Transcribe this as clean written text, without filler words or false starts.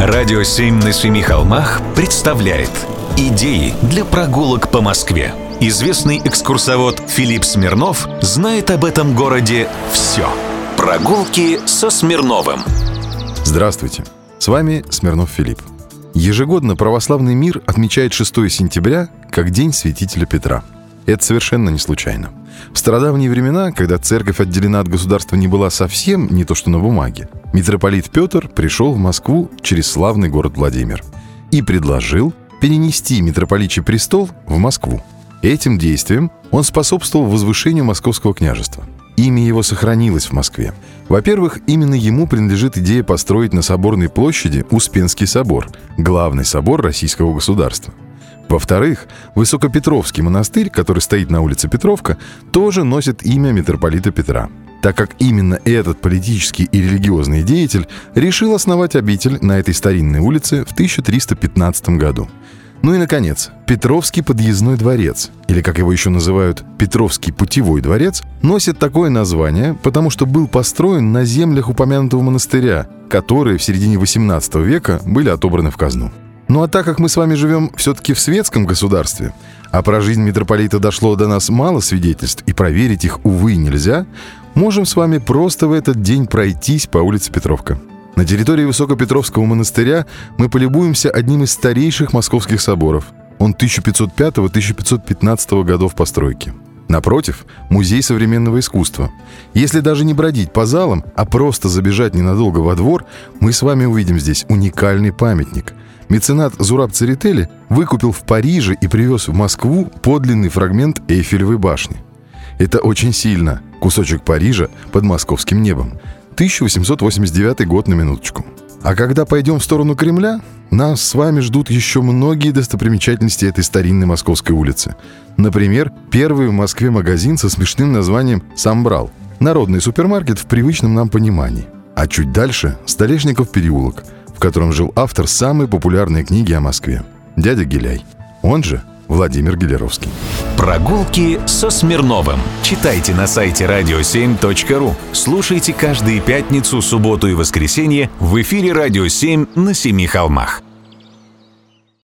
Радио 7 на семи холмах представляет идеи для прогулок по Москве. Известный экскурсовод Филипп Смирнов знает об этом городе все. Прогулки со Смирновым. Здравствуйте, с вами Смирнов Филипп. Ежегодно православный мир отмечает 6 сентября как День святителя Петра. Это совершенно не случайно. В стародавние времена, когда церковь отделена от государства не была совсем, не то что на бумаге, митрополит Петр пришел в Москву через славный город Владимир и предложил перенести митрополичий престол в Москву. Этим действием он способствовал возвышению Московского княжества. Имя его сохранилось в Москве. Во-первых, именно ему принадлежит идея построить на Соборной площади Успенский собор, главный собор российского государства. Во-вторых, Высокопетровский монастырь, который стоит на улице Петровка, тоже носит имя митрополита Петра, так как именно этот политический и религиозный деятель решил основать обитель на этой старинной улице в 1315 году. Ну и, наконец, Петровский подъездной дворец, или, как его еще называют, Петровский путевой дворец, носит такое название, потому что был построен на землях упомянутого монастыря, которые в середине XVIII века были отобраны в казну. Ну а так как мы с вами живем все-таки в светском государстве, а про жизнь митрополита дошло до нас мало свидетельств и проверить их, увы, нельзя, можем с вами просто в этот день пройтись по улице Петровка. На территории Высокопетровского монастыря мы полюбуемся одним из старейших московских соборов. Он 1505-1515 годов постройки. Напротив, музей современного искусства. Если даже не бродить по залам, а просто забежать ненадолго во двор, мы с вами увидим здесь уникальный памятник. Меценат Зураб Церетели выкупил в Париже и привез в Москву подлинный фрагмент Эйфелевой башни. Это очень сильно. Кусочек Парижа под московским небом. 1889 год, на минуточку. А когда пойдем в сторону Кремля, нас с вами ждут еще многие достопримечательности этой старинной московской улицы. Например, первый в Москве магазин со смешным названием «Самбрал». Народный супермаркет в привычном нам понимании. А чуть дальше – Столешников переулок, в котором жил автор самой популярной книги о Москве – дядя Гиляй, он же Владимир Гелеровский. Прогулки со Смирновым. Читайте на сайте radio7.ru. Слушайте каждые пятницу, субботу и воскресенье в эфире «Радио 7» на Семи холмах.